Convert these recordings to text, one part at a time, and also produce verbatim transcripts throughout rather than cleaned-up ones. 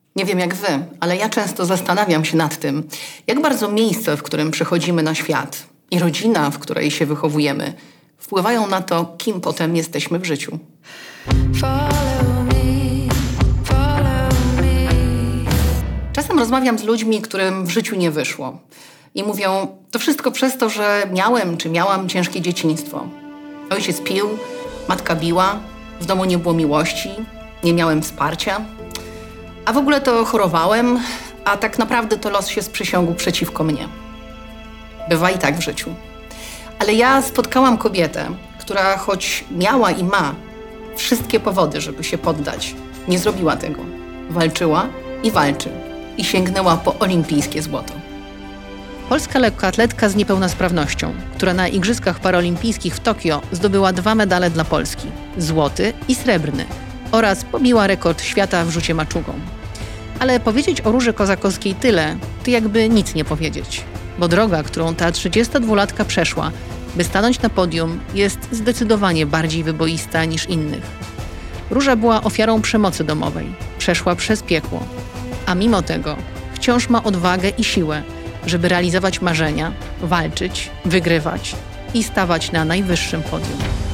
Nie wiem jak wy, ale ja często zastanawiam się nad tym, jak bardzo miejsce, w którym przychodzimy na świat i rodzina, w której się wychowujemy, wpływają na to, kim potem jesteśmy w życiu. Czasem rozmawiam z ludźmi, którym w życiu nie wyszło. I mówią, to wszystko przez to, że miałem czy miałam ciężkie dzieciństwo. Ojciec pił, matka biła, w domu nie było miłości, nie miałem wsparcia. A w ogóle to chorowałem, a tak naprawdę to los się sprzysiągł przeciwko mnie. Bywa i tak w życiu. Ale ja spotkałam kobietę, która choć miała i ma wszystkie powody, żeby się poddać, nie zrobiła tego. Walczyła i walczy. I sięgnęła po olimpijskie złoto. Polska lekkoatletka z niepełnosprawnością, która na Igrzyskach Paraolimpijskich w Tokio zdobyła dwa medale dla Polski, złoty i srebrny, oraz pobiła rekord świata w rzucie maczugą. Ale powiedzieć o Róży Kozakowskiej tyle, to jakby nic nie powiedzieć. Bo droga, którą ta trzydziestodwulatka przeszła, by stanąć na podium, jest zdecydowanie bardziej wyboista niż innych. Róża była ofiarą przemocy domowej, przeszła przez piekło. A mimo tego wciąż ma odwagę i siłę, żeby realizować marzenia, walczyć, wygrywać i stawać na najwyższym podium.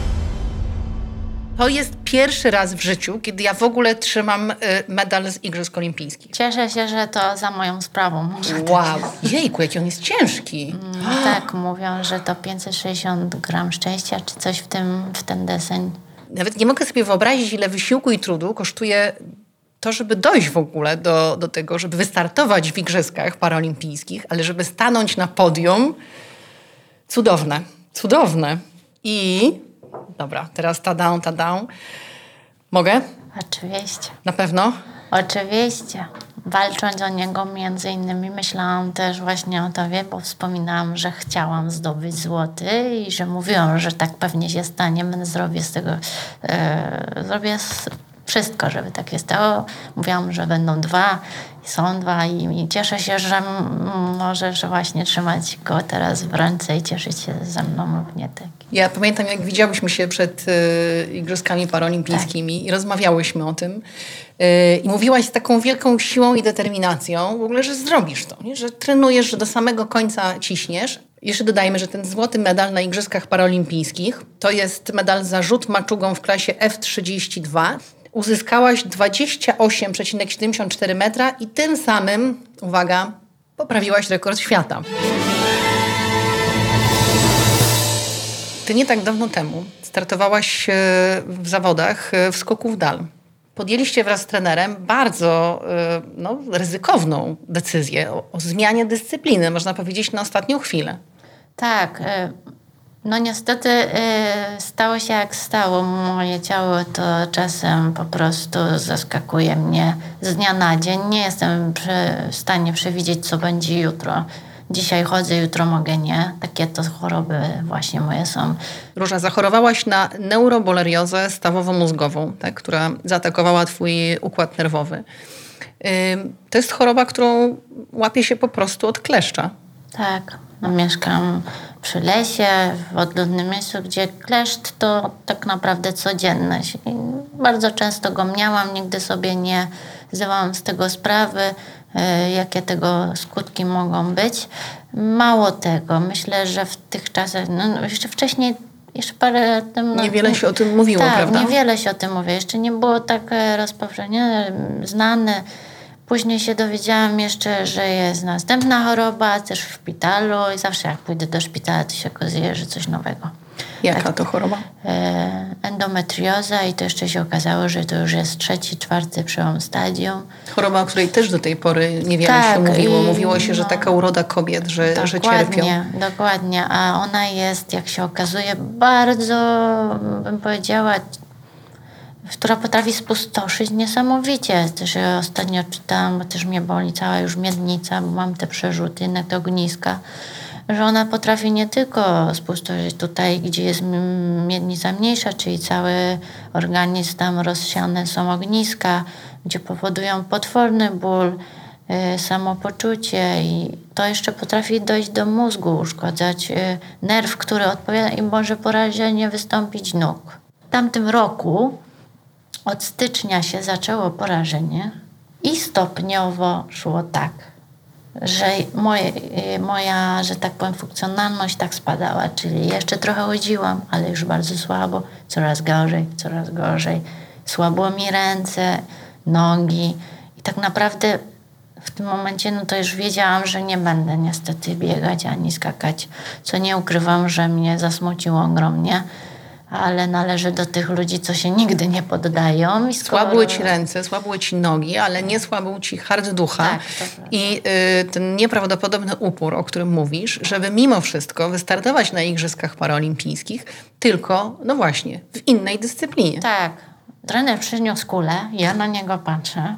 To jest pierwszy raz w życiu, kiedy ja w ogóle trzymam y, medal z Igrzysk Olimpijskich. Cieszę się, że to za moją sprawą. Wow, jejku, jaki on jest ciężki. Mm, tak, mówią, że to pięćset sześćdziesiąt gram szczęścia, czy coś w, tym, w ten deseń. Nawet nie mogę sobie wyobrazić, ile wysiłku i trudu kosztuje to, żeby dojść w ogóle do, do tego, żeby wystartować w Igrzyskach Paraolimpijskich, ale żeby stanąć na podium. Cudowne, cudowne. I... Dobra, teraz ta-down, ta-down. Mogę? Oczywiście. Na pewno? Oczywiście. Walcząc o niego między innymi myślałam też właśnie o tobie, bo wspominałam, że chciałam zdobyć złoty i że mówiłam, że tak pewnie się stanie. Będę zrobię z tego... E, zrobię z, wszystko, żeby tak się stało. Mówiłam, że będą dwa i są dwa i, i cieszę się, że m, możesz właśnie trzymać go teraz w ręce i cieszyć się ze mną lub nie tak. Ja pamiętam, jak widziałyśmy się przed y, Igrzyskami Paraolimpijskimi tak. i rozmawiałyśmy o tym. Y, I mówiłaś z taką wielką siłą i determinacją w ogóle, że zrobisz to, nie? Że trenujesz, że do samego końca ciśniesz. Jeszcze dodajmy, że ten złoty medal na Igrzyskach Paraolimpijskich to jest medal za rzut maczugą w klasie F trzydzieści dwa. Uzyskałaś dwadzieścia osiem przecinek siedemdziesiąt cztery metra i tym samym, uwaga, poprawiłaś rekord świata. Ty nie tak dawno temu startowałaś w zawodach w skoku w dal. Podjęliście wraz z trenerem bardzo no, ryzykowną decyzję o, o zmianie dyscypliny, można powiedzieć, na ostatnią chwilę. Tak. No niestety stało się jak stało. Moje ciało to czasem po prostu zaskakuje mnie z dnia na dzień. Nie jestem w stanie przewidzieć, co będzie jutro. Dzisiaj chodzę, jutro mogę nie. Takie to choroby właśnie moje są. Róża, zachorowałaś na neuroboleriozę stawowo-mózgową, tak, która zaatakowała twój układ nerwowy. Yy, to jest choroba, którą łapie się po prostu od kleszcza. Tak. No, mieszkam przy lesie, w odludnym miejscu, gdzie kleszcz to tak naprawdę codzienność. I bardzo często go miałam, nigdy sobie nie zdawałam z tego sprawy, jakie tego skutki mogą być. Mało tego, myślę, że w tych czasach, no jeszcze wcześniej, jeszcze parę lat temu... Niewiele się o tym mówiło, tak, prawda? Tak, niewiele się o tym mówiło. Jeszcze nie było tak rozpowszechnione, znane. Później się dowiedziałam jeszcze, że jest następna choroba, też w szpitalu i zawsze jak pójdę do szpitala, to się okazuje, że coś nowego. Jaka tak, to choroba? E, endometrioza i to jeszcze się okazało, że to już jest trzeci, czwarty przełom stadium. Choroba, o której też do tej pory niewiele tak, się mówiło. I, Mówiło się, no, że taka uroda kobiet, że, że cierpią. Dokładnie, dokładnie. A ona jest, jak się okazuje, bardzo, bym powiedziała, która potrafi spustoszyć niesamowicie. Też ja ostatnio czytałam, bo też mnie boli cała już miednica, bo mam te przerzuty na te ogniska, że ona potrafi nie tylko spustoszyć tutaj, gdzie jest miednica mniejsza, czyli cały organizm, tam rozsiane są ogniska, gdzie powodują potworny ból, y, samopoczucie i to jeszcze potrafi dojść do mózgu, uszkadzać y, nerw, który odpowiada i może porażenie wystąpić nóg. W tamtym roku od stycznia się zaczęło porażenie I stopniowo szło tak, że moje, moja, że tak powiem, funkcjonalność tak spadała, czyli jeszcze trochę chodziłam, ale już bardzo słabo, coraz gorzej, coraz gorzej. Słabło mi ręce, nogi i tak naprawdę w tym momencie no to już wiedziałam, że nie będę niestety biegać ani skakać, co nie ukrywam, że mnie zasmuciło ogromnie, ale należy do tych ludzi, co się nigdy nie poddają. I skoro... Słabły ci ręce, słabły ci nogi, ale nie słabł ci hart ducha. Tak, i y, ten nieprawdopodobny upór, o którym mówisz, żeby mimo wszystko wystartować na Igrzyskach Paraolimpijskich, tylko, no właśnie, w innej dyscyplinie. Tak. Trener przyniósł kulę, ja na niego patrzę.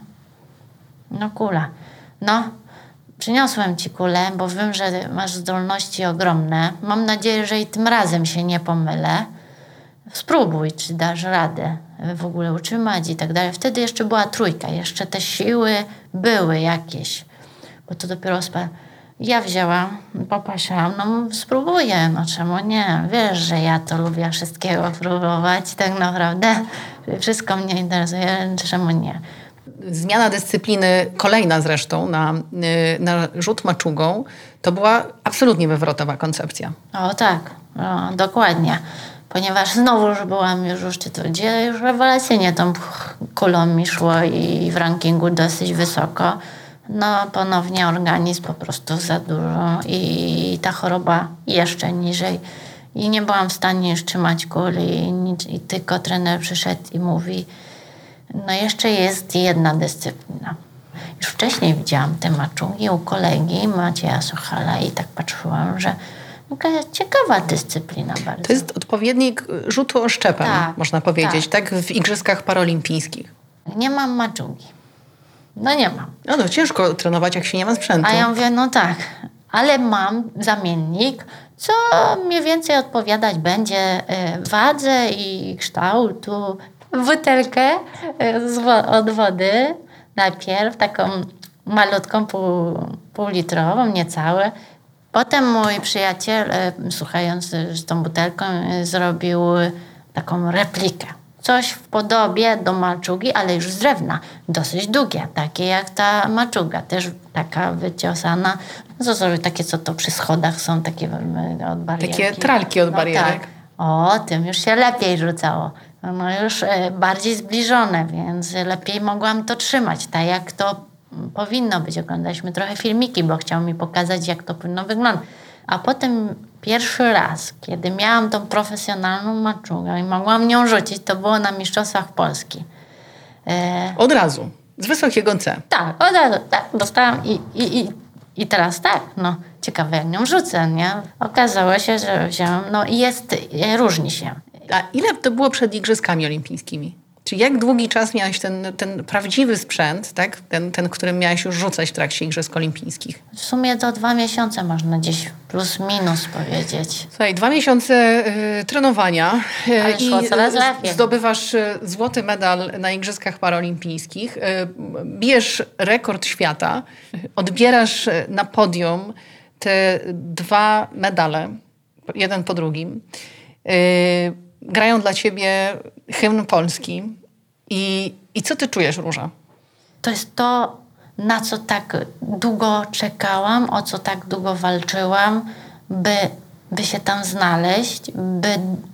No kula. No, przyniosłem ci kulę, bo wiem, że masz zdolności ogromne. Mam nadzieję, że i tym razem się nie pomylę. Spróbuj, czy dasz radę w ogóle utrzymać i tak dalej. Wtedy jeszcze była trójka, jeszcze te siły były jakieś, bo to dopiero spa... Ja wzięłam, popatrzyłam, no spróbuję, no czemu nie? Wiesz, że ja to lubię wszystkiego próbować, tak naprawdę. Wszystko mnie interesuje, czemu nie? Zmiana dyscypliny, kolejna zresztą, na, na rzut maczugą, to była absolutnie wywrotowa koncepcja. O tak, no, dokładnie. Ponieważ znowu już byłam już u szczytu, gdzie już rewelacyjnie tą kulą mi szło i w rankingu dosyć wysoko. No ponownie organizm po prostu za dużo i ta choroba jeszcze niżej. I nie byłam w stanie już trzymać kuli i, nic, i tylko trener przyszedł i mówi, no jeszcze jest jedna dyscyplina. Już wcześniej widziałam te maczugi u kolegi Macieja Suchala i tak patrzyłam, że taka ciekawa dyscyplina bardzo. To jest odpowiednik rzutu oszczepem, tak, można powiedzieć, tak. tak? W Igrzyskach Paraolimpijskich. Nie mam maczugi. No nie mam. No to ciężko trenować, jak się nie ma sprzętu. A ja mówię, no tak, ale mam zamiennik, co mniej więcej odpowiadać będzie wadze i kształtu. Butelkę od wody najpierw, taką malutką, pół, półlitrową, niecałe. Potem mój przyjaciel, słuchający z tą butelką, zrobił taką replikę. Coś w podobie do maczugi, ale już z drewna. Dosyć długie, takie jak ta maczuga. Też taka wyciosana. Co zrobił takie, co to przy schodach są, takie od barierki. Takie tralki od no barierek. Tak. O, tym już się lepiej rzucało. No już bardziej zbliżone, więc lepiej mogłam to trzymać, tak jak to powinno być. Oglądaliśmy trochę filmiki, bo chciał mi pokazać, jak to powinno wyglądać. A potem pierwszy raz, kiedy miałam tą profesjonalną maczugę i mogłam nią rzucić, to było na Mistrzostwach Polski. E... Od razu, z wysokiego C. Tak, od razu, tak, dostałam i, i, i, i teraz tak, no ciekawe jak nią rzucę, nie? Okazało się, że wziąłam, no i jest, różni się. A ile to było przed Igrzyskami Olimpijskimi? Czyli jak długi czas miałeś ten, ten prawdziwy sprzęt, tak? ten, ten, którym miałeś już rzucać w trakcie Igrzysk Olimpijskich? W sumie to dwa miesiące można gdzieś plus minus powiedzieć. Słuchaj, dwa miesiące y, trenowania y, i lepiej. zdobywasz y, złoty medal na Igrzyskach Paraolimpijskich, y, bijesz rekord świata, odbierasz y, na podium te dwa medale, jeden po drugim. Y, grają dla ciebie hymn polski. I, I co ty czujesz, Róża? To jest to, na co tak długo czekałam, o co tak długo walczyłam, by, by się tam znaleźć, by,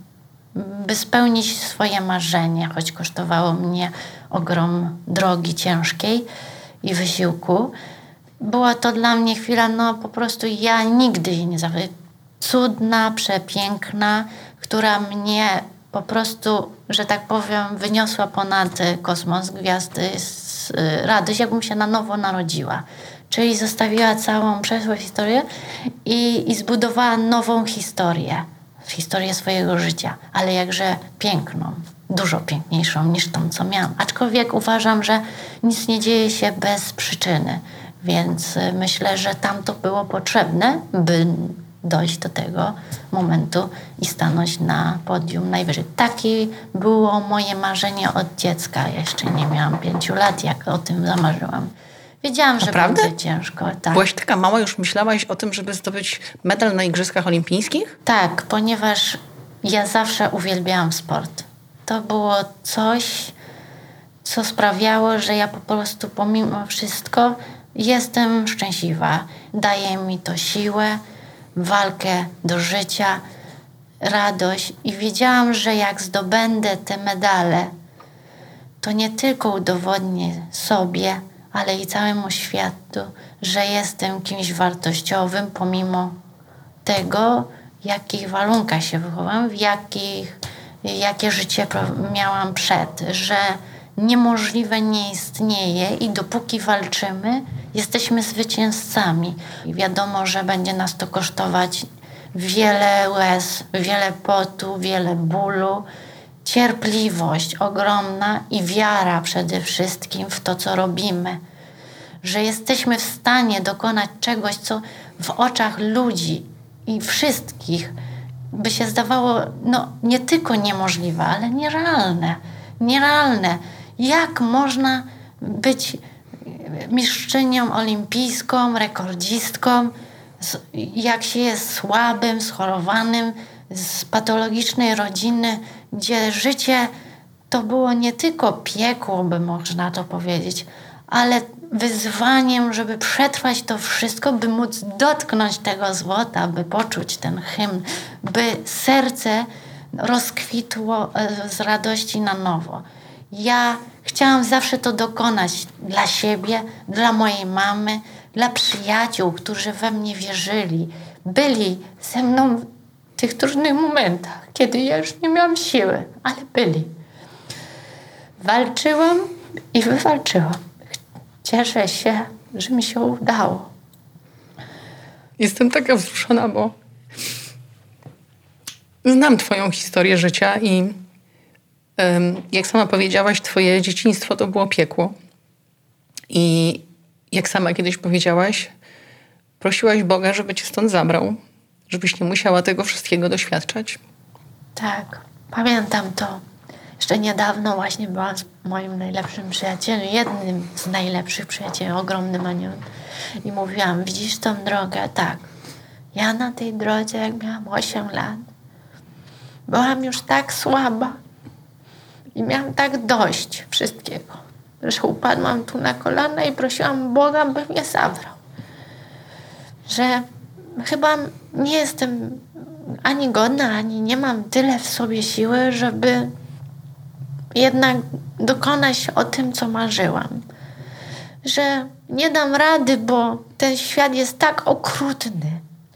by spełnić swoje marzenie, choć kosztowało mnie ogrom drogi ciężkiej i wysiłku. Była to dla mnie chwila, no po prostu ja nigdy jej nie zawiodę. Cudna, przepiękna, która mnie po prostu, że tak powiem, wyniosła ponad kosmos, gwiazdy, z radość, jakbym się na nowo narodziła. Czyli zostawiła całą przeszłą historię i, i zbudowała nową historię, historię swojego życia, ale jakże piękną, dużo piękniejszą niż tą, co miałam. Aczkolwiek uważam, że nic nie dzieje się bez przyczyny, więc myślę, że tam to było potrzebne, by dojść do tego momentu i stanąć na podium najwyżej. Takie było moje marzenie od dziecka. Ja jeszcze nie miałam pięciu lat, jak o tym zamarzyłam. Wiedziałam, że Naprawdę? będzie ciężko. Tak. Byłaś taka mała, już myślałaś o tym, żeby zdobyć medal na Igrzyskach Olimpijskich? Tak, ponieważ ja zawsze uwielbiałam sport. To było coś, co sprawiało, że ja po prostu pomimo wszystko jestem szczęśliwa. Daje mi to siłę, walkę do życia, radość i wiedziałam, że jak zdobędę te medale, to nie tylko udowodnię sobie, ale i całemu światu, że jestem kimś wartościowym, pomimo tego, w jakich warunkach się wychowałam, w jakich, jakie życie miałam przed, że niemożliwe nie istnieje i dopóki walczymy, jesteśmy zwycięzcami. I wiadomo, że będzie nas to kosztować wiele łez, wiele potu, wiele bólu, cierpliwość ogromna i wiara przede wszystkim w to, co robimy. Że jesteśmy w stanie dokonać czegoś, co w oczach ludzi i wszystkich by się zdawało no, nie tylko niemożliwe, ale nierealne. Nierealne. Jak można być mistrzynią olimpijską, rekordzistką, jak się jest słabym, schorowanym, z patologicznej rodziny, gdzie życie to było nie tylko piekło, by można to powiedzieć, ale wyzwaniem, żeby przetrwać to wszystko, by móc dotknąć tego złota, by poczuć ten hymn, by serce rozkwitło z radości na nowo. Ja chciałam zawsze to dokonać dla siebie, dla mojej mamy, dla przyjaciół, którzy we mnie wierzyli. Byli ze mną w tych trudnych momentach, kiedy ja już nie miałam siły, ale byli. Walczyłam i wywalczyłam. Cieszę się, że mi się udało. Jestem taka wzruszona, bo znam twoją historię życia i um, jak sama powiedziałaś, twoje dzieciństwo to było piekło. I jak sama kiedyś powiedziałaś, prosiłaś Boga, żeby cię stąd zabrał, żebyś nie musiała tego wszystkiego doświadczać. Tak, pamiętam to. Jeszcze niedawno właśnie byłam z moim najlepszym przyjacielem, jednym z najlepszych przyjacieli, ogromnym aniołem. I mówiłam, widzisz tą drogę? Tak. Ja na tej drodze, jak miałam osiem lat, byłam już tak słaba i miałam tak dość wszystkiego, że upadłam tu na kolana i prosiłam Boga, by mnie zabrał. Że chyba nie jestem ani godna, ani nie mam tyle w sobie siły, żeby jednak dokonać o tym, co marzyłam. Że nie dam rady, bo ten świat jest tak okrutny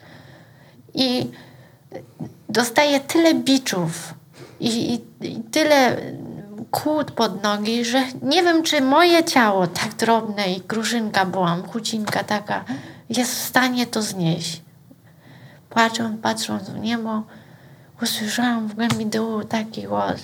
i dostaję tyle biczów i, i, i tyle kłód pod nogi, że nie wiem, czy moje ciało, tak drobne i kruszynka byłam, chucinka taka, jest w stanie to znieść. Płacząc, patrząc w niebo, usłyszałam w głębi dołu taki głos,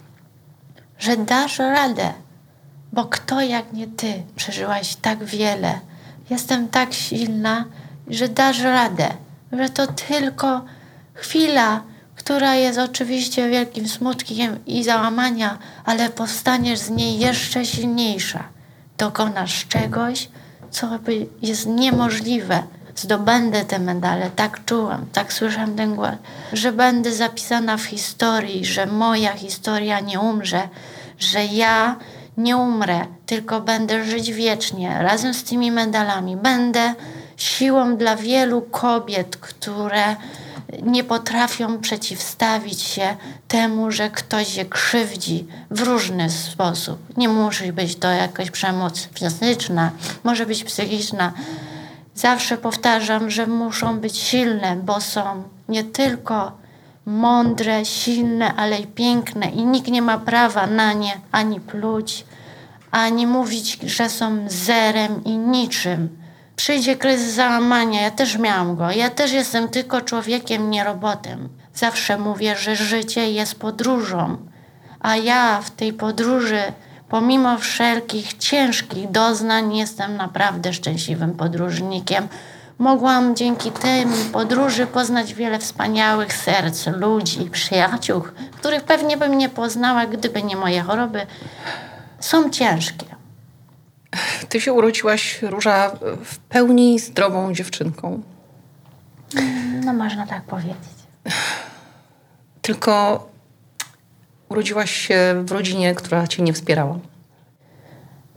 że dasz radę, bo kto jak nie ty przeżyłaś tak wiele. Jestem tak silna, że dasz radę, że to tylko chwila, która jest oczywiście wielkim smutkiem i załamania, ale powstaniesz z niej jeszcze silniejsza. Dokonasz czegoś, co by jest niemożliwe. Zdobędę te medale, tak czułam, tak słyszałam ten głos, że będę zapisana w historii, że moja historia nie umrze, że ja nie umrę, tylko będę żyć wiecznie razem z tymi medalami. Będę siłą dla wielu kobiet, które nie potrafią przeciwstawić się temu, że ktoś je krzywdzi w różny sposób. Nie musi być to jakaś przemoc fizyczna, może być psychiczna. Zawsze powtarzam, że muszą być silne, bo są nie tylko mądre, silne, ale i piękne i nikt nie ma prawa na nie ani pluć, ani mówić, że są zerem i niczym. Przyjdzie kryzys załamania, ja też miałam go. Ja też jestem tylko człowiekiem, nie robotem. Zawsze mówię, że życie jest podróżą, a ja w tej podróży, pomimo wszelkich ciężkich doznań, jestem naprawdę szczęśliwym podróżnikiem. Mogłam dzięki tej podróży poznać wiele wspaniałych serc, ludzi, przyjaciół, których pewnie bym nie poznała, gdyby nie moje choroby. Są ciężkie. Ty się urodziłaś, Róża, w pełni zdrową dziewczynką. No można tak powiedzieć. Tylko urodziłaś się w rodzinie, która cię nie wspierała.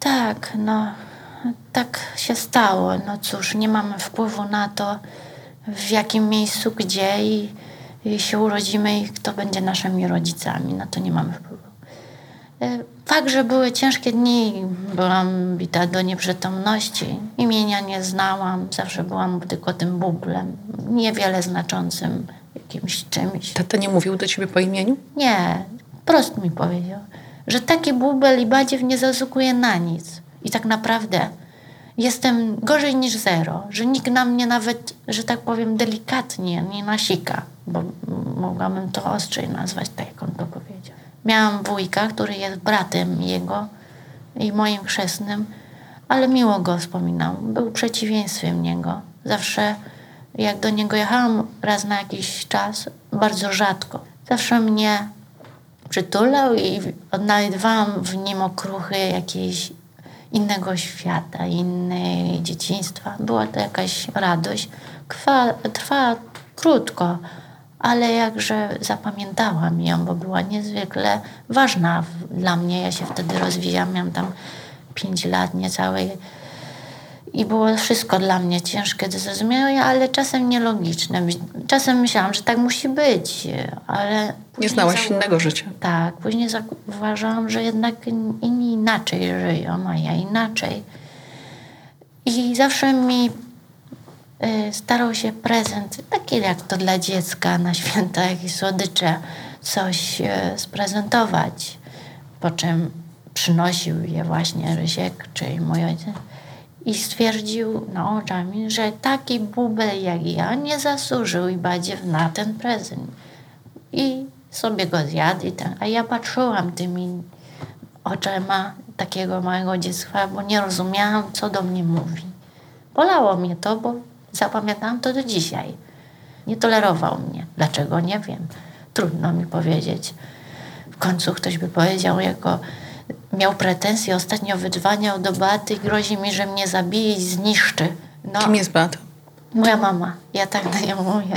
Tak, no tak się stało. No cóż, nie mamy wpływu na to, w jakim miejscu, gdzie i, i się urodzimy i kto będzie naszymi rodzicami. Na to nie mamy wpływu. Fakt, że były ciężkie dni, byłam bita do nieprzytomności, imienia nie znałam, zawsze byłam tylko tym bublem, niewiele znaczącym jakimś czymś. Tata nie mówił do ciebie po imieniu? Nie, prost mi powiedział, że taki bubel i badziew nie zasługuje na nic. I tak naprawdę jestem gorzej niż zero, że nikt na mnie nawet, że tak powiem, delikatnie nie nasika, bo mogłabym to ostrzej nazwać, tak jak on to powiedział. Miałam wujka, który jest bratem jego i moim chrzestnym, ale miło go wspominam. Był przeciwieństwem niego. Zawsze jak do niego jechałam raz na jakiś czas, bardzo rzadko, zawsze mnie przytulał i odnajdywałam w nim okruchy jakiejś innego świata, innej dzieciństwa. Była to jakaś radość. Trwa, trwa krótko, ale jakże zapamiętałam ją, bo była niezwykle ważna w, dla mnie. Ja się wtedy rozwijałam, miałam tam pięć lat niecałe i było wszystko dla mnie ciężkie do zrozumienia, ale czasem nielogiczne. Czasem myślałam, że tak musi być, ale... Nie znałaś zau... innego życia. Tak, później zauważyłam, że jednak inni inaczej żyją, a ja inaczej. I zawsze mi starał się prezent, taki jak to dla dziecka na święta, jakieś słodycze, coś sprezentować. Po czym przynosił je właśnie Rysiek, czyli mój ojciec, i stwierdził na oczami, że taki bubel jak ja nie zasłużył i badziew na ten prezent. I sobie go zjadł. I ten, a ja patrzyłam tymi oczami takiego małego dziecka, bo nie rozumiałam, co do mnie mówi. Bolało mnie to, bo zapamiętałam to do dzisiaj. Nie tolerował mnie. Dlaczego? Nie wiem. Trudno mi powiedzieć. W końcu ktoś by powiedział, jako miał pretensje, ostatnio wydzwaniał do Beaty i grozi mi, że mnie zabije i zniszczy. No, kim jest Beata? Moja mama. Ja tak na nią mówię.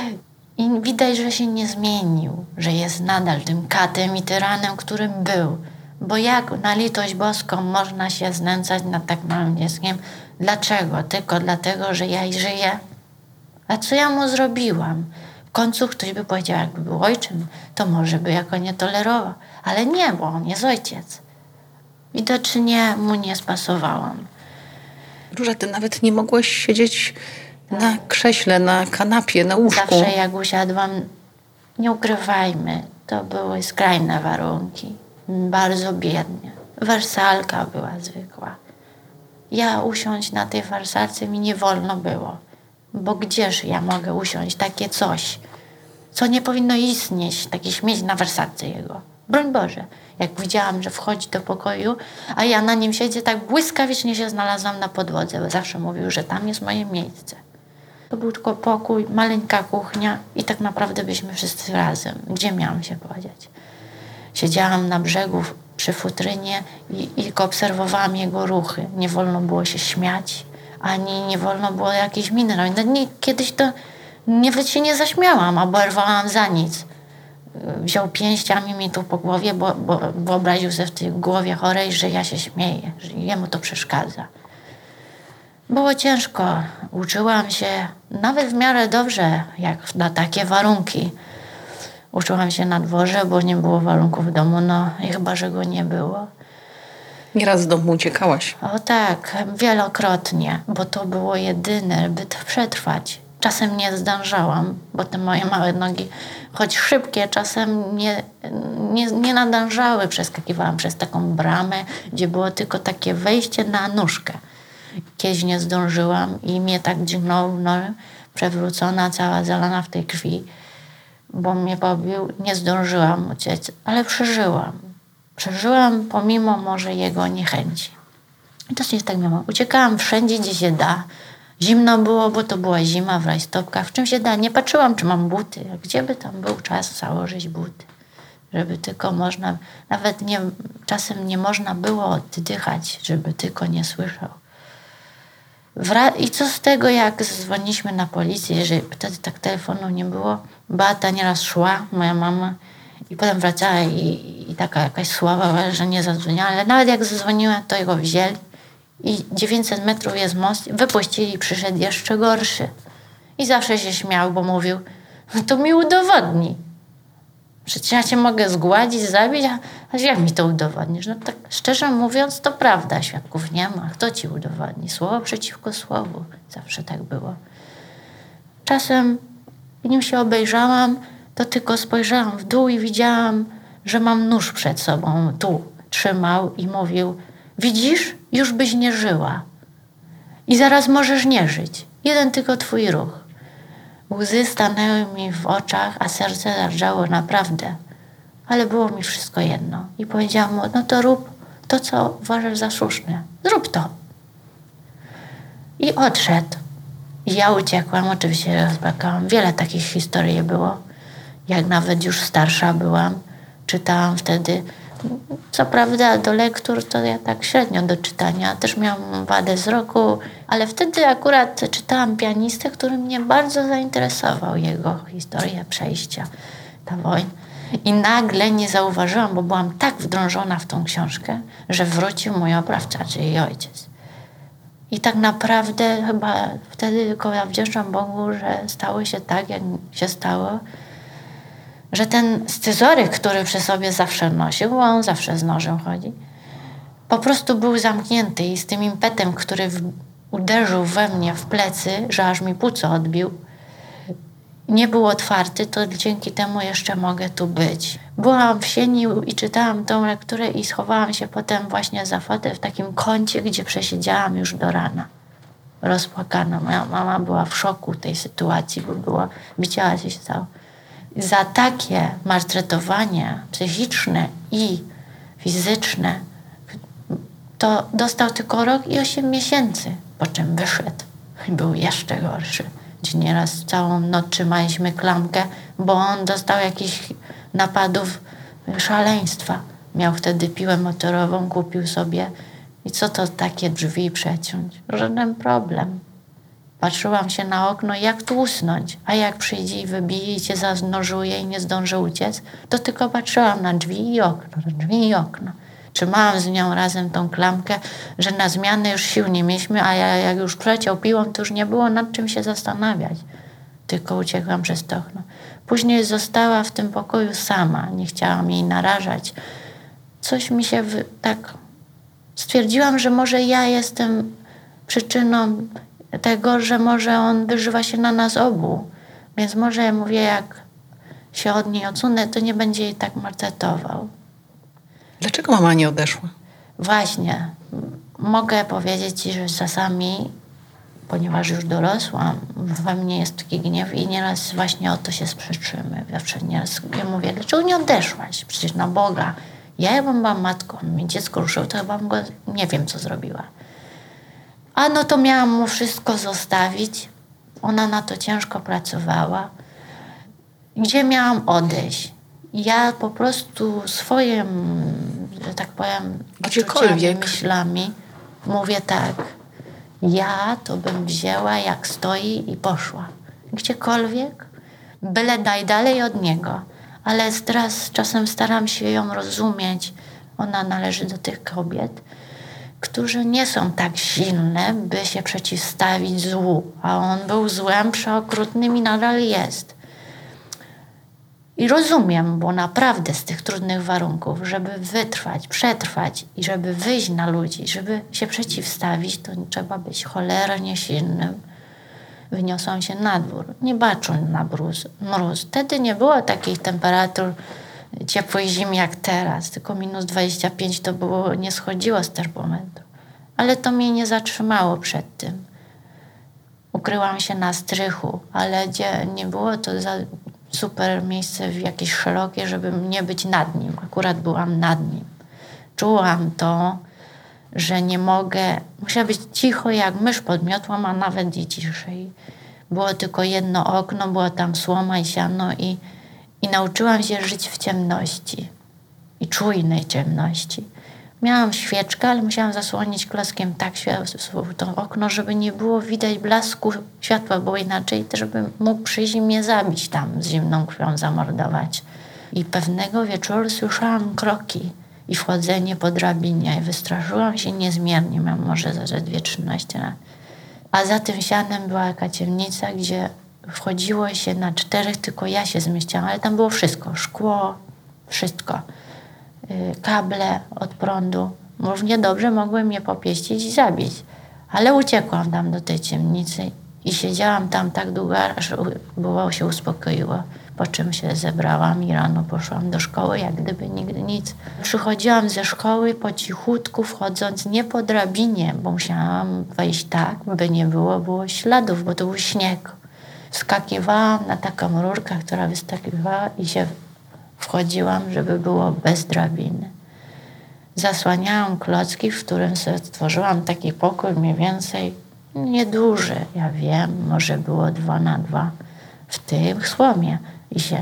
I widać, że się nie zmienił, że jest nadal tym katem i tyranem, którym był. Bo jak na litość boską można się znęcać nad tak małym dzieckiem? Dlaczego? Tylko dlatego, że ja żyję? A co ja mu zrobiłam? W końcu ktoś by powiedział, jakby był ojczym, to może by jako nie tolerował. Ale nie, bo on jest ojciec. Widocznie mu nie spasowałam. Róża, ty nawet nie mogłaś siedzieć tak na krześle, na kanapie, na łóżku. Zawsze jak usiadłam, nie ukrywajmy, to były skrajne warunki. Bardzo biednie. Wersalka była zwykła. Ja usiąść na tej wersalce mi nie wolno było. Bo gdzież ja mogę usiąść takie coś, co nie powinno istnieć, taki śmieć na wersalce jego. Broń Boże. Jak widziałam, że wchodzi do pokoju, a ja na nim siedzę, tak błyskawicznie się znalazłam na podłodze, bo zawsze mówił, że tam jest moje miejsce. To był tylko pokój, maleńka kuchnia i tak naprawdę byliśmy wszyscy razem. Gdzie miałam się podziać? Siedziałam na brzegu przy futrynie i, i tylko obserwowałam jego ruchy. Nie wolno było się śmiać, ani nie wolno było jakiejś miny robić. No, nie, kiedyś to nawet się nie zaśmiałam, oberwałam za nic. Wziął pięściami mi tu po głowie, bo, bo wyobraził sobie w tej głowie chorej, że ja się śmieję, że jemu to przeszkadza. Było ciężko. Uczyłam się nawet w miarę dobrze, jak na takie warunki. Uczyłam się na dworze, bo nie było warunków w domu, no i chyba, że go nie było. Nieraz z domu uciekałaś. O tak, wielokrotnie, bo to było jedyne, by przetrwać. Czasem nie zdążałam, bo te moje małe nogi, choć szybkie, czasem nie, nie, nie nadążały. Przeskakiwałam przez taką bramę, gdzie było tylko takie wejście na nóżkę. Kiedyś nie zdążyłam i mnie tak dźgnął, no, przewrócona, cała zalana w tej krwi, bo mnie pobił. Nie zdążyłam uciec, ale przeżyłam. Przeżyłam pomimo może jego niechęci. I to się tak miałam. Uciekałam wszędzie, gdzie się da. Zimno było, bo to była zima w rajstopkach. W czym się da? Nie patrzyłam, czy mam buty. Gdzie by tam był czas założyć buty? Żeby tylko można, nawet nie, czasem nie można było oddychać, żeby tylko nie słyszał. Wra- I co z tego, jak dzwoniliśmy na policję, że wtedy tak telefonu nie było. Beata nieraz szła, moja mama, I potem wracała i, i taka jakaś sława, że nie zadzwoniła, ale nawet jak zadzwoniła, to go wzięli i dziewięćset metrów jest most, wypuścili i przyszedł jeszcze gorszy. I zawsze się śmiał, bo mówił, no to mi udowodni. Przecież ja cię mogę zgładzić, zabić, a, a jak mi to udowodnisz? No tak szczerze mówiąc, to prawda, świadków nie ma. Kto ci udowodni? Słowo przeciwko słowu. Zawsze tak było. Czasem, nim się obejrzałam, to tylko spojrzałam w dół i widziałam, że mam nóż przed sobą. Tu trzymał i mówił, widzisz, już byś nie żyła. I zaraz możesz nie żyć. Jeden tylko twój ruch. Łzy stanęły mi w oczach, a serce zarżało naprawdę. Ale było mi wszystko jedno. I powiedziałam mu, no to rób to, co uważasz za słuszne. Zrób to. I odszedł. I ja uciekłam, oczywiście rozpłakałam. Wiele takich historii było. Jak nawet już starsza byłam, czytałam wtedy. Co prawda do lektur to ja tak średnio do czytania. Też miałam wadę wzroku, ale wtedy akurat czytałam pianistę, który mnie bardzo zainteresował. Jego historia przejścia, ta wojna. I nagle nie zauważyłam, bo byłam tak wdrążona w tą książkę, że wrócił mój oprawca, czyli ojciec. I tak naprawdę chyba wtedy tylko ja wdzięczam Bogu, że stało się tak, jak się stało, że ten scyzoryk, który przy sobie zawsze nosił, bo on zawsze z nożem chodzi, po prostu był zamknięty i z tym impetem, który w, uderzył we mnie w plecy, że aż mi płuco odbił, nie był otwarty, to dzięki temu jeszcze mogę tu być. Byłam w sieni i czytałam tą lekturę i schowałam się potem właśnie za fotel w takim kącie, gdzie przesiedziałam już do rana. Rozpłakana. Moja mama była w szoku tej sytuacji, bo była, widziała, co się stało. Za takie maltretowanie psychiczne i fizyczne to dostał tylko rok i osiem miesięcy, po czym wyszedł i był jeszcze gorszy. Gdzie nieraz całą noc trzymaliśmy klamkę, bo on dostał jakichś napadów szaleństwa. Miał wtedy piłę motorową, kupił sobie i co to takie drzwi przeciąć? Żaden problem. Patrzyłam się na okno, jak tu usnąć, a jak przyjdzie i wybije i cię zanożuje i nie zdąży uciec, to tylko patrzyłam na drzwi i okno, na drzwi i okno. Trzymałam z nią razem tą klamkę, że na zmianę już sił nie mieliśmy, a ja jak już przeciął piłą, to już nie było nad czym się zastanawiać. Tylko uciekłam przez to okno. Później została w tym pokoju sama, nie chciałam jej narażać. Coś mi się wy... tak... Stwierdziłam, że może ja jestem przyczyną tego, że może on wyżywa się na nas obu. Więc może ja mówię, jak się od niej odsunę, to nie będzie jej tak maltretował. Dlaczego mama nie odeszła? Właśnie. Mogę powiedzieć ci, że czasami, ponieważ już dorosłam, we mnie jest taki gniew i nieraz właśnie o to się sprzeczymy. Zawsze nieraz ja mówię, dlaczego nie odeszłaś? Przecież na Boga. Ja jakbym była matką, mi dziecko ruszyło, to chyba bym go nie wiem, co zrobiła. A no to miałam mu wszystko zostawić. Ona na to ciężko pracowała. Gdzie miałam odejść? Ja po prostu swoim, że tak powiem, gdziekolwiek myślami mówię tak. Ja to bym wzięła jak stoi i poszła. Gdziekolwiek, byle najdalej od niego. Ale teraz czasem staram się ją rozumieć. Ona należy do tych kobiet, którzy nie są tak silne, by się przeciwstawić złu. A on był złem, przeokrutnym i nadal jest. I rozumiem, bo naprawdę z tych trudnych warunków, żeby wytrwać, przetrwać i żeby wyjść na ludzi, żeby się przeciwstawić, to trzeba być cholernie silnym. Wyniosłam się na dwór, nie bacząc na mróz. mróz. Wtedy nie było takich temperatur ciepłej zimy jak teraz, tylko minus dwadzieścia pięć to było, nie schodziło z termometru. Ale to mnie nie zatrzymało przed tym. Ukryłam się na strychu, ale gdzie nie było to za super miejsce jakieś szerokie, żeby nie być nad nim. Akurat byłam nad nim. Czułam to, że nie mogę, musiała być cicho jak mysz pod miotłą, a nawet i ciszej. Było tylko jedno okno, była tam słoma i siano i, i nauczyłam się żyć w ciemności i czujnej ciemności. Miałam świeczkę, ale musiałam zasłonić klockiem tak to okno, żeby nie było widać blasku światła, bo inaczej też bym mógł przyjść i mnie zabić tam, z zimną krwią zamordować. I pewnego wieczoru słyszałam kroki i wchodzenie po drabinie i wystraszyłam się niezmiernie, miałam może zaledwie trzynaście lat. A za tym sianem była jaka ciemnica, gdzie wchodziło się na czterech, tylko ja się zmieściłam, ale tam było wszystko, szkło, wszystko. Yy, kable od prądu. Równie dobrze mogły mnie popieścić i zabić. Ale uciekłam tam do tej ciemnicy i siedziałam tam tak długo, aż było się uspokoiło. Po czym się zebrałam i rano poszłam do szkoły, jak gdyby nigdy nic. Przychodziłam ze szkoły po cichutku, wchodząc nie po drabinie, bo musiałam wejść tak, by nie było, było śladów, bo to był śnieg. Wskakiwałam na taką rurkę, która wyskakiwała i się wchodziłam, żeby było bez drabiny. Zasłaniałam klocki, w którym sobie stworzyłam taki pokój mniej więcej nieduży. Ja wiem, może było dwa na dwa w tym słomie i sień.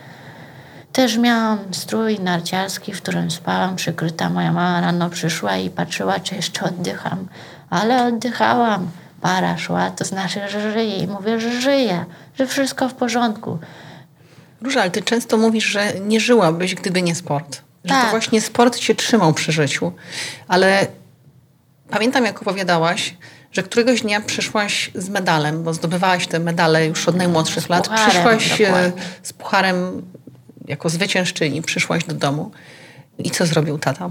Też miałam strój narciarski, w którym spałam, przykryta. Moja mama rano przyszła i patrzyła, czy jeszcze oddycham. Ale oddychałam. Para szła, to znaczy, że żyję. I mówię, że żyję, że wszystko w porządku. Róża, ale ty często mówisz, że nie żyłabyś, gdyby nie sport. Że tak. to właśnie sport cię trzymał przy życiu. Ale pamiętam, jak opowiadałaś, że któregoś dnia przyszłaś z medalem, bo zdobywałaś te medale już od najmłodszych z lat. Pucharem, przyszłaś dokładnie. z pucharem jako zwyciężczyni. Przyszłaś do domu. I co zrobił tata?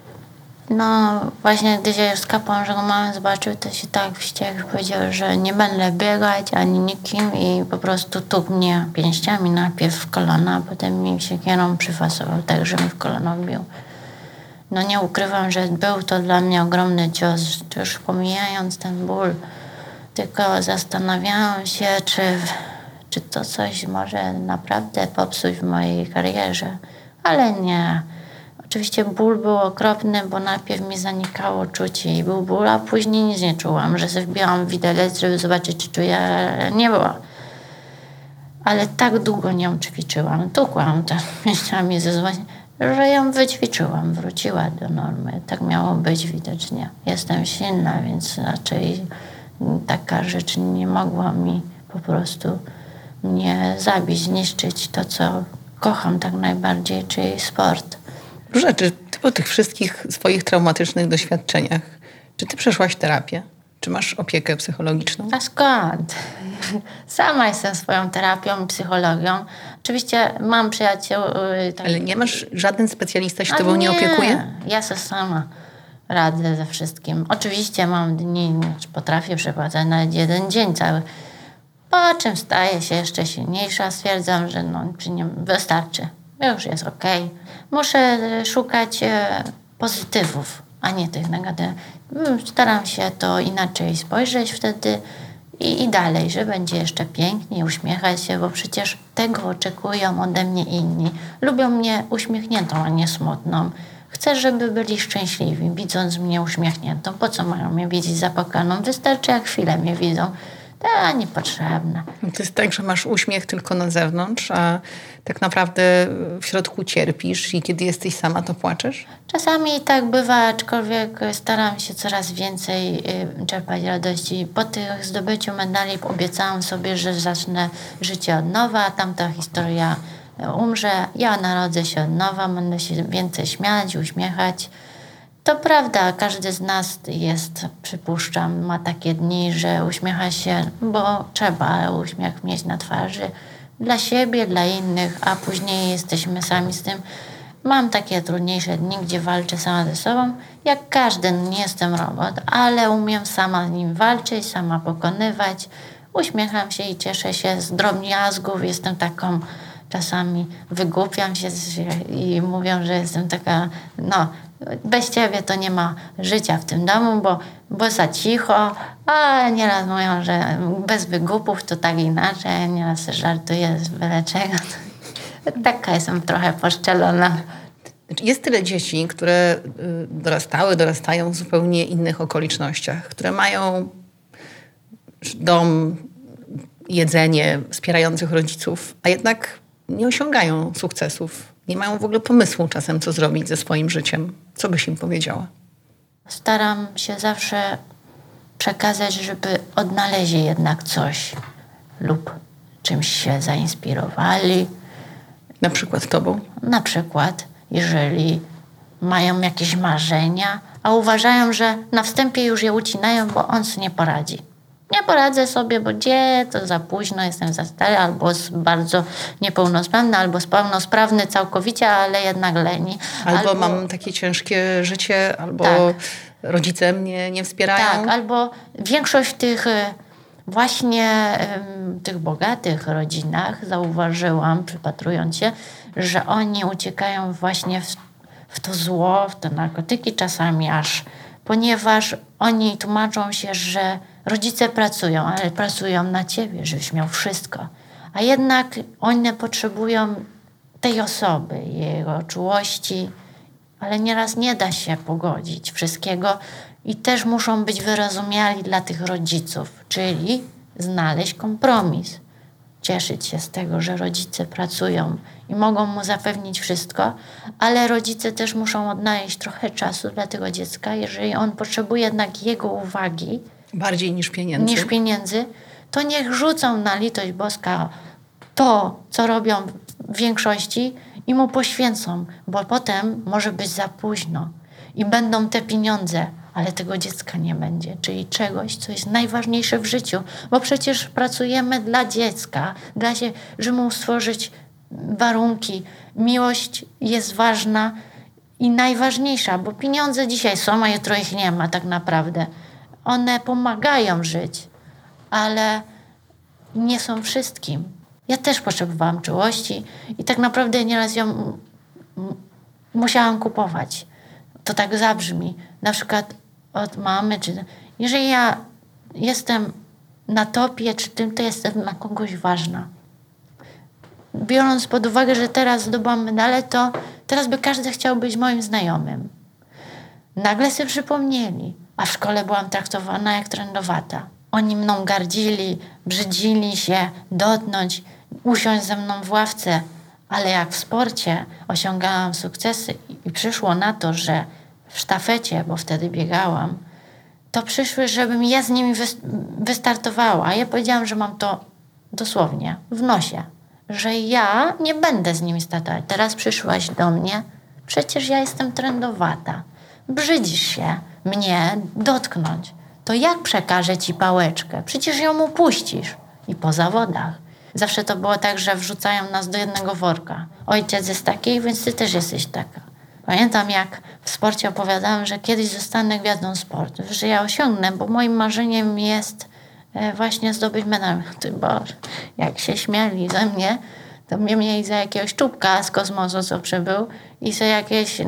No właśnie, gdy się skapłam, że go mamę zobaczył, to się tak wściekł, powiedział, że nie będę biegać ani nikim i po prostu tukł mnie pięściami najpierw w kolana, a potem mi siekierą przyfasował, tak że mi w kolano bił. No nie ukrywam, że był to dla mnie ogromny cios, już pomijając ten ból, tylko zastanawiałam się, czy, czy to coś może naprawdę popsuć w mojej karierze, ale nie. Oczywiście ból był okropny, bo najpierw mi zanikało czucie i był ból, a później nic nie czułam, że sobie wbiłam widelec, żeby zobaczyć, czy czuję, nie było. Ale tak długo nią ćwiczyłam, tukłam tam mięśniami ze złości, że ją wyćwiczyłam, wróciła do normy. Tak miało być widocznie. Jestem silna, więc raczej taka rzecz nie mogła mi po prostu mnie zabić, zniszczyć to, co kocham tak najbardziej, czyli sport. Róża, czy ty po tych wszystkich swoich traumatycznych doświadczeniach, czy ty przeszłaś terapię? Czy masz opiekę psychologiczną? A skąd? Sama jestem swoją terapią i psychologią. Oczywiście mam przyjaciół... Tak... Ale nie masz, żaden specjalista się tobą nie, nie opiekuje? Ja sobie sama radzę ze wszystkim. Oczywiście mam dni, potrafię przeprowadzać nawet jeden dzień cały. Po czym staję się jeszcze silniejsza, stwierdzam, że no, czy nie wystarczy. Już jest okej. Okay. Muszę szukać e, pozytywów, a nie tych negatywnych. Staram się to inaczej spojrzeć wtedy i, i dalej, że będzie jeszcze piękniej, uśmiechać się, bo przecież tego oczekują ode mnie inni. Lubią mnie uśmiechniętą, a nie smutną. Chcę, żeby byli szczęśliwi, widząc mnie uśmiechniętą. Po co mają mnie widzieć zapłakaną? Wystarczy, jak chwilę mnie widzą. To niepotrzebne. To jest tak, że masz uśmiech tylko na zewnątrz, a tak naprawdę w środku cierpisz i kiedy jesteś sama, to płaczesz? Czasami tak bywa, aczkolwiek staram się coraz więcej czerpać radości. Po tych zdobyciu medali obiecałam sobie, że zacznę życie od nowa, a tamta historia umrze. Ja narodzę się od nowa, będę się więcej śmiać, uśmiechać. To prawda, każdy z nas jest, przypuszczam, ma takie dni, że uśmiecha się, bo trzeba uśmiech mieć na twarzy dla siebie, dla innych, a później jesteśmy sami z tym. Mam takie trudniejsze dni, gdzie walczę sama ze sobą. Jak każdy, nie jestem robot, ale umiem sama z nim walczyć, sama pokonywać. Uśmiecham się i cieszę się z drobiazgów. Jestem taką, czasami wygłupiam się i mówią, że jestem taka, no, bez ciebie to nie ma życia w tym domu, bo, bo za cicho, a nieraz mówią, że bez wygłupów to tak inaczej, nieraz żartuję z byle czego. Taka jestem trochę poszczelona. Jest tyle dzieci, które dorastały, dorastają w zupełnie innych okolicznościach, które mają dom, jedzenie, wspierających rodziców, a jednak nie osiągają sukcesów. Nie mają w ogóle pomysłu czasem, co zrobić ze swoim życiem. Co byś im powiedziała? Staram się zawsze przekazać, żeby odnaleźli jednak coś lub czymś się zainspirowali, Na przykład tobą? Na przykład, jeżeli mają jakieś marzenia, a uważają, że na wstępie już je ucinają, bo on sobie nie poradzi. Nie poradzę sobie, bo gdzie, to za późno, jestem za stary, albo bardzo niepełnosprawny, albo pełnosprawny całkowicie, ale jednak leni. Albo, albo mam takie ciężkie życie, albo tak. rodzice mnie nie wspierają. Tak, albo większość tych właśnie w tych bogatych rodzinach zauważyłam, przypatrując się, że oni uciekają właśnie w, w to zło, w te narkotyki czasami aż, ponieważ oni tłumaczą się, że rodzice pracują, ale pracują na ciebie, żebyś miał wszystko. A jednak one potrzebują tej osoby, jego czułości, ale nieraz nie da się pogodzić wszystkiego i też muszą być wyrozumiali dla tych rodziców, czyli znaleźć kompromis. Cieszyć się z tego, że rodzice pracują i mogą mu zapewnić wszystko, ale rodzice też muszą odnaleźć trochę czasu dla tego dziecka, jeżeli on potrzebuje jednak jego uwagi, bardziej niż pieniędzy. Niż pieniędzy, to niech rzucą na litość boska to, co robią w większości i mu poświęcą, bo potem może być za późno i będą te pieniądze, ale tego dziecka nie będzie, czyli czegoś, co jest najważniejsze w życiu, bo przecież pracujemy dla dziecka, dla się, żeby mu stworzyć warunki. Miłość jest ważna i najważniejsza, bo pieniądze dzisiaj są, a jutro ich nie ma tak naprawdę. One pomagają żyć, ale nie są wszystkim. Ja też potrzebowałam czułości i tak naprawdę nieraz ją m- m- musiałam kupować. To tak zabrzmi. Na przykład od mamy, czy jeżeli ja jestem na topie, czy tym, to jestem dla kogoś ważna. Biorąc pod uwagę, że teraz zdobyłam medale, to teraz by każdy chciał być moim znajomym. Nagle sobie przypomnieli, a w szkole byłam traktowana jak trendowata. Oni mną gardzili, brzydzili się, dotknąć, usiąść ze mną w ławce, ale jak w sporcie osiągałam sukcesy i przyszło na to, że w sztafecie, bo wtedy biegałam, to przyszły, żebym ja z nimi wystartowała. A ja powiedziałam, że mam to dosłownie w nosie, że ja nie będę z nimi startować. Teraz przyszłaś do mnie, przecież ja jestem trendowata. Brzydzisz się mnie dotknąć. To jak przekażę ci pałeczkę? Przecież ją upuścisz. I po zawodach. Zawsze to było tak, że wrzucają nas do jednego worka. Ojciec jest taki, więc ty też jesteś taka. Pamiętam, jak w sporcie opowiadałam, że kiedyś zostanę gwiazdą sportu, że ja osiągnę, bo moim marzeniem jest właśnie zdobyć medal. Ty Boże, jak się śmiali ze mnie, to mnie mieli za jakiegoś czubka z kosmosu, co przybył i sobie jakieś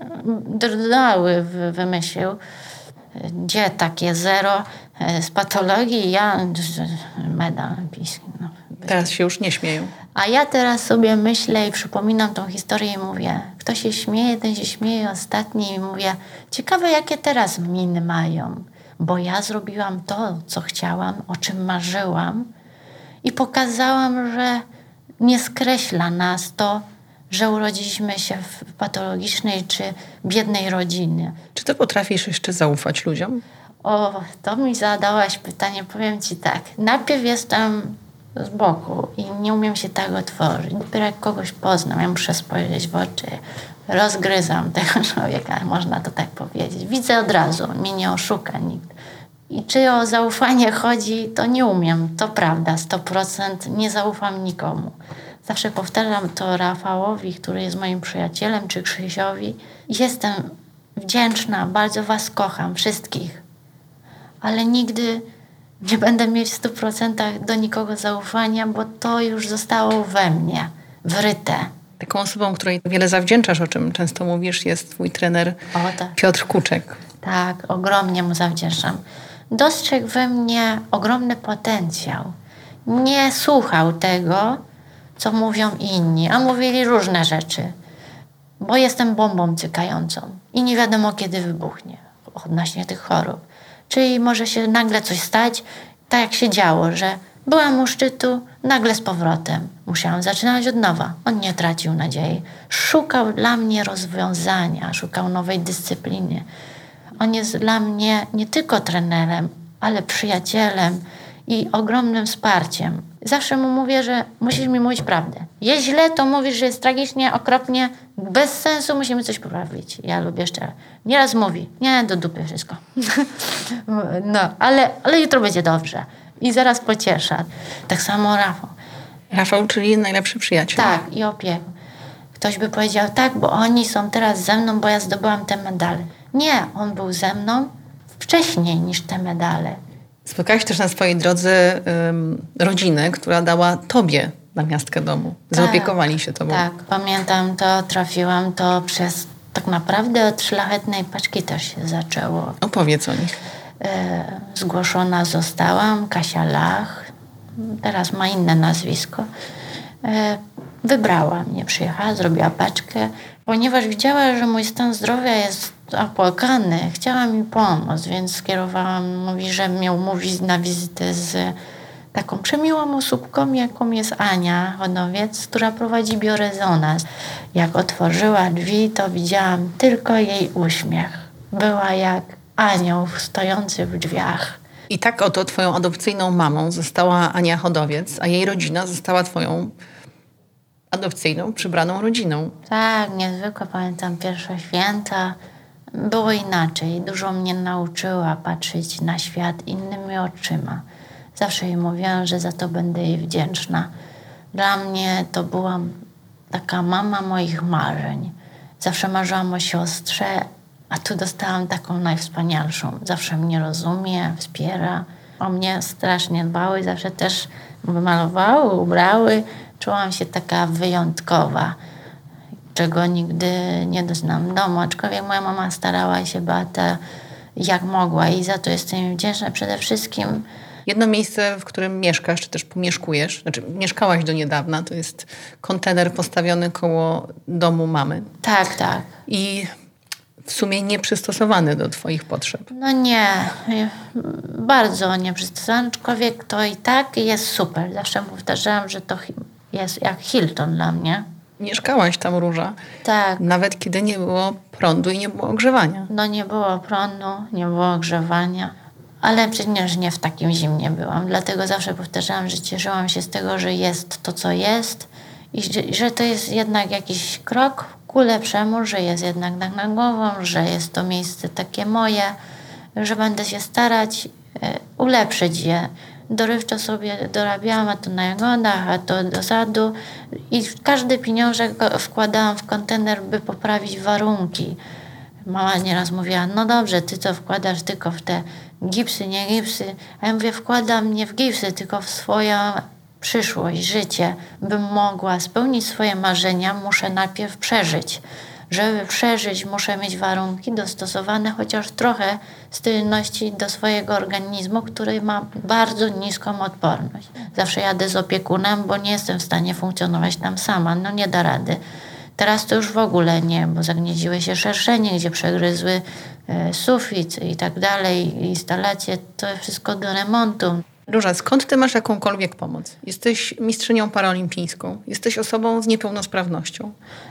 drdały wymyślił. Gdzie takie zero z patologii, ja medal olimpijski. No. Teraz się już nie śmieją. A ja teraz sobie myślę i przypominam tą historię i mówię, kto się śmieje, ten się śmieje ostatni i mówię, ciekawe jakie teraz miny mają, bo ja zrobiłam to, co chciałam, o czym marzyłam i pokazałam, że nie skreśla nas to, że urodziliśmy się w patologicznej czy biednej rodzinie. Czy ty potrafisz jeszcze zaufać ludziom? O, to mi zadałaś pytanie, powiem ci tak. Najpierw jestem z boku i nie umiem się tak otworzyć. Dopiero jak kogoś poznam, ja muszę spojrzeć w oczy, rozgryzam tego człowieka, można to tak powiedzieć. Widzę od razu, mnie nie oszuka nikt. I czy o zaufanie chodzi, to nie umiem. To prawda, sto procent nie zaufam nikomu. Zawsze powtarzam to Rafałowi, który jest moim przyjacielem, czy Krzysiowi. Jestem wdzięczna, bardzo was kocham, wszystkich. Ale nigdy nie będę mieć w stu procentach do nikogo zaufania, bo to już zostało we mnie, wryte. Taką osobą, której wiele zawdzięczasz, o czym często mówisz, jest twój trener o, tak. Piotr Kuczek. Tak, ogromnie mu zawdzięczam. Dostrzegł we mnie ogromny potencjał. Nie słuchał tego, co mówią inni, a mówili różne rzeczy, bo jestem bombą cykającą i nie wiadomo kiedy wybuchnie odnośnie tych chorób. Czyli może się nagle coś stać, tak jak się działo, że byłam u szczytu, nagle z powrotem. Musiałam zaczynać od nowa. On nie tracił nadziei. Szukał dla mnie rozwiązania, szukał nowej dyscypliny. On jest dla mnie nie tylko trenerem, ale przyjacielem i ogromnym wsparciem. Zawsze mu mówię, że musisz mi mówić prawdę. Jest źle, to mówisz, że jest tragicznie, okropnie, bez sensu, musimy coś poprawić. Ja lubię szczerze. Nieraz mówi, nie, do dupy wszystko. No, ale, ale jutro będzie dobrze. I zaraz pociesza. Tak samo Rafał. Rafał, czyli najlepszy przyjaciel. Tak, i opiekun. Ktoś by powiedział, tak, bo oni są teraz ze mną, bo ja zdobyłam te medale. Nie, on był ze mną wcześniej niż te medale. Spotkałaś też na swojej drodze um, rodzinę, która dała tobie namiastkę domu. Zaopiekowali się tobą. Tak, pamiętam to, trafiłam to przez tak naprawdę od Szlachetnej Paczki też się zaczęło. Opowiedz o nich. E, zgłoszona zostałam, Kasia Lach, teraz ma inne nazwisko. E, wybrała mnie, przyjechała, zrobiła paczkę, ponieważ widziała, że mój stan zdrowia jest opłakany, chciała mi pomóc, więc skierowałam, mówi, że mnie umówić na wizytę z taką przemiłą osóbką, jaką jest Ania Chodowiec, która prowadzi biorezonans. Jak otworzyła drzwi, to widziałam tylko jej uśmiech. Była jak anioł stojący w drzwiach. I tak oto twoją adopcyjną mamą została Ania Chodowiec, a jej rodzina została twoją adopcyjną, przybraną rodziną. Tak, niezwykle pamiętam pierwsze święta. Było inaczej. Dużo mnie nauczyła patrzeć na świat innymi oczyma. Zawsze jej mówiłam, że za to będę jej wdzięczna. Dla mnie to była taka mama moich marzeń. Zawsze marzyłam o siostrze, a tu dostałam taką najwspanialszą. Zawsze mnie rozumie, wspiera. O mnie strasznie dbały, zawsze też wymalowały, ubrały. Czułam się taka wyjątkowa, czego nigdy nie doznałam w domu. Aczkolwiek moja mama starała się, Beata, jak mogła i za to jestem jej wdzięczna przede wszystkim. Jedno miejsce, w którym mieszkasz, czy też pomieszkujesz, znaczy mieszkałaś do niedawna, to jest kontener postawiony koło domu mamy. Tak, tak. I w sumie nieprzystosowany do twoich potrzeb. No nie, bardzo nieprzystosowany, aczkolwiek to i tak jest super. Zawsze powtarzałam, że to jest jak Hilton dla mnie. Mieszkałaś tam, Róża. Tak. Nawet kiedy nie było prądu i nie było ogrzewania. No nie było prądu, nie było ogrzewania. Ale przecież nie w takim zimnie byłam. Dlatego zawsze powtarzałam, że cieszyłam się z tego, że jest to, co jest. I że, że to jest jednak jakiś krok ku lepszemu, że jest jednak nad na głową, że jest to miejsce takie moje, że będę się starać e, ulepszyć je. Dorywczo sobie dorabiałam, a to na jagodach, a to do sadu. I każdy pieniążek wkładałam w kontener, by poprawić warunki. Mama nieraz mówiła, no dobrze, ty to wkładasz tylko w te gipsy, nie gipsy. A ja mówię, wkładam nie w gipsy, tylko w swoją przyszłość, życie. Bym mogła spełnić swoje marzenia, muszę najpierw przeżyć. Żeby przeżyć, muszę mieć warunki dostosowane chociaż trochę stylności do swojego organizmu, który ma bardzo niską odporność. Zawsze jadę z opiekunem, bo nie jestem w stanie funkcjonować tam sama. No nie da rady. Teraz to już w ogóle nie, bo zagnieździły się szerszenie, gdzie przegryzły e, sufit i tak dalej, instalacje, to wszystko do remontu. Róża, skąd ty masz jakąkolwiek pomoc? Jesteś mistrzynią paraolimpijską, jesteś osobą z niepełnosprawnością.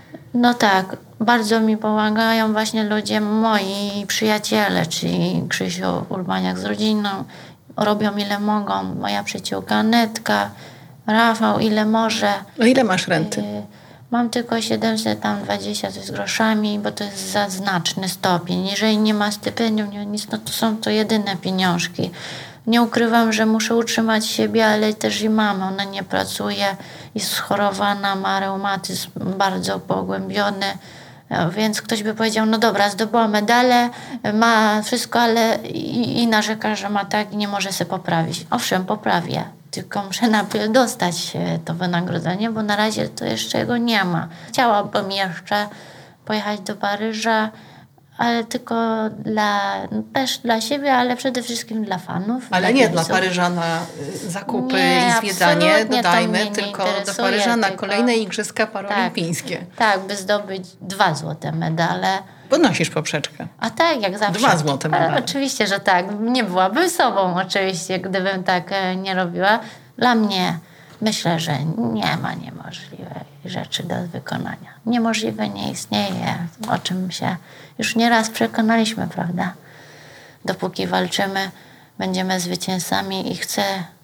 No tak, bardzo mi pomagają właśnie ludzie, moi przyjaciele, czyli Krzysiu Urbaniak z rodziną, robią ile mogą, moja przyjaciółka Anetka, Rafał ile może. O ile masz renty? Y- Mam tylko siedemset dwadzieścia z groszami, bo to jest za znaczny stopień. Jeżeli nie ma stypendium, nie nic, no to są to jedyne pieniążki. Nie ukrywam, że muszę utrzymać siebie, ale też i mamę. Ona nie pracuje, jest schorowana, ma reumatyzm bardzo pogłębiony. Więc ktoś by powiedział, no dobra, zdobyła medale, ma wszystko, ale i, i narzeka, że ma tak i nie może się poprawić. Owszem, poprawię. Tylko muszę najpierw dostać to wynagrodzenie, bo na razie to jeszcze jego nie ma. Chciałabym jeszcze pojechać do Paryża, ale tylko dla, no też dla siebie, ale przede wszystkim dla fanów. Ale dla nie dla Paryża na zakupy nie, i zwiedzanie, dodajmy, tylko do Paryża na tylko, kolejne Igrzyska Paraolimpijskie. Tak, tak, by zdobyć dwa złote medale. Podnosisz poprzeczkę. A tak, jak zawsze. Dwa złote medale. Oczywiście, że tak. Nie byłabym sobą oczywiście, gdybym tak nie robiła. Dla mnie myślę, że nie ma niemożliwej rzeczy do wykonania. Niemożliwe nie istnieje, o czym się już nieraz przekonaliśmy, prawda? Dopóki walczymy, będziemy zwycięzcami i chcę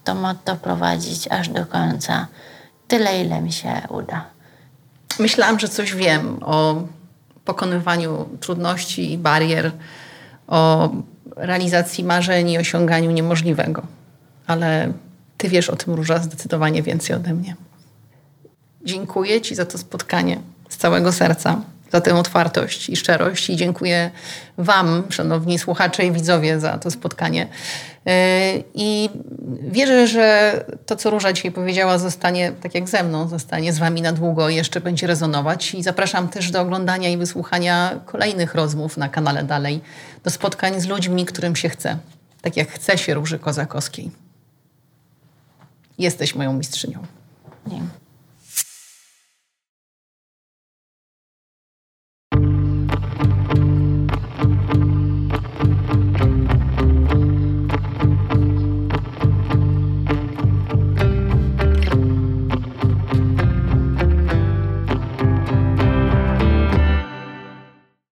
to motto prowadzić aż do końca. Tyle, ile mi się uda. Myślałam, że coś wiem o pokonywaniu trudności i barier, o realizacji marzeń i osiąganiu niemożliwego. Ale ty wiesz o tym, Róża, zdecydowanie więcej ode mnie. Dziękuję ci za to spotkanie z całego serca, za tę otwartość i szczerość i dziękuję wam, szanowni słuchacze i widzowie, za to spotkanie. I wierzę, że to, co Róża dzisiaj powiedziała, zostanie, tak jak ze mną, zostanie z wami na długo i jeszcze będzie rezonować. I zapraszam też do oglądania i wysłuchania kolejnych rozmów na kanale Dalej, do spotkań z ludźmi, którym się chce, tak jak chce się Róży Kozakowskiej. Jesteś moją mistrzynią. Dziękuję.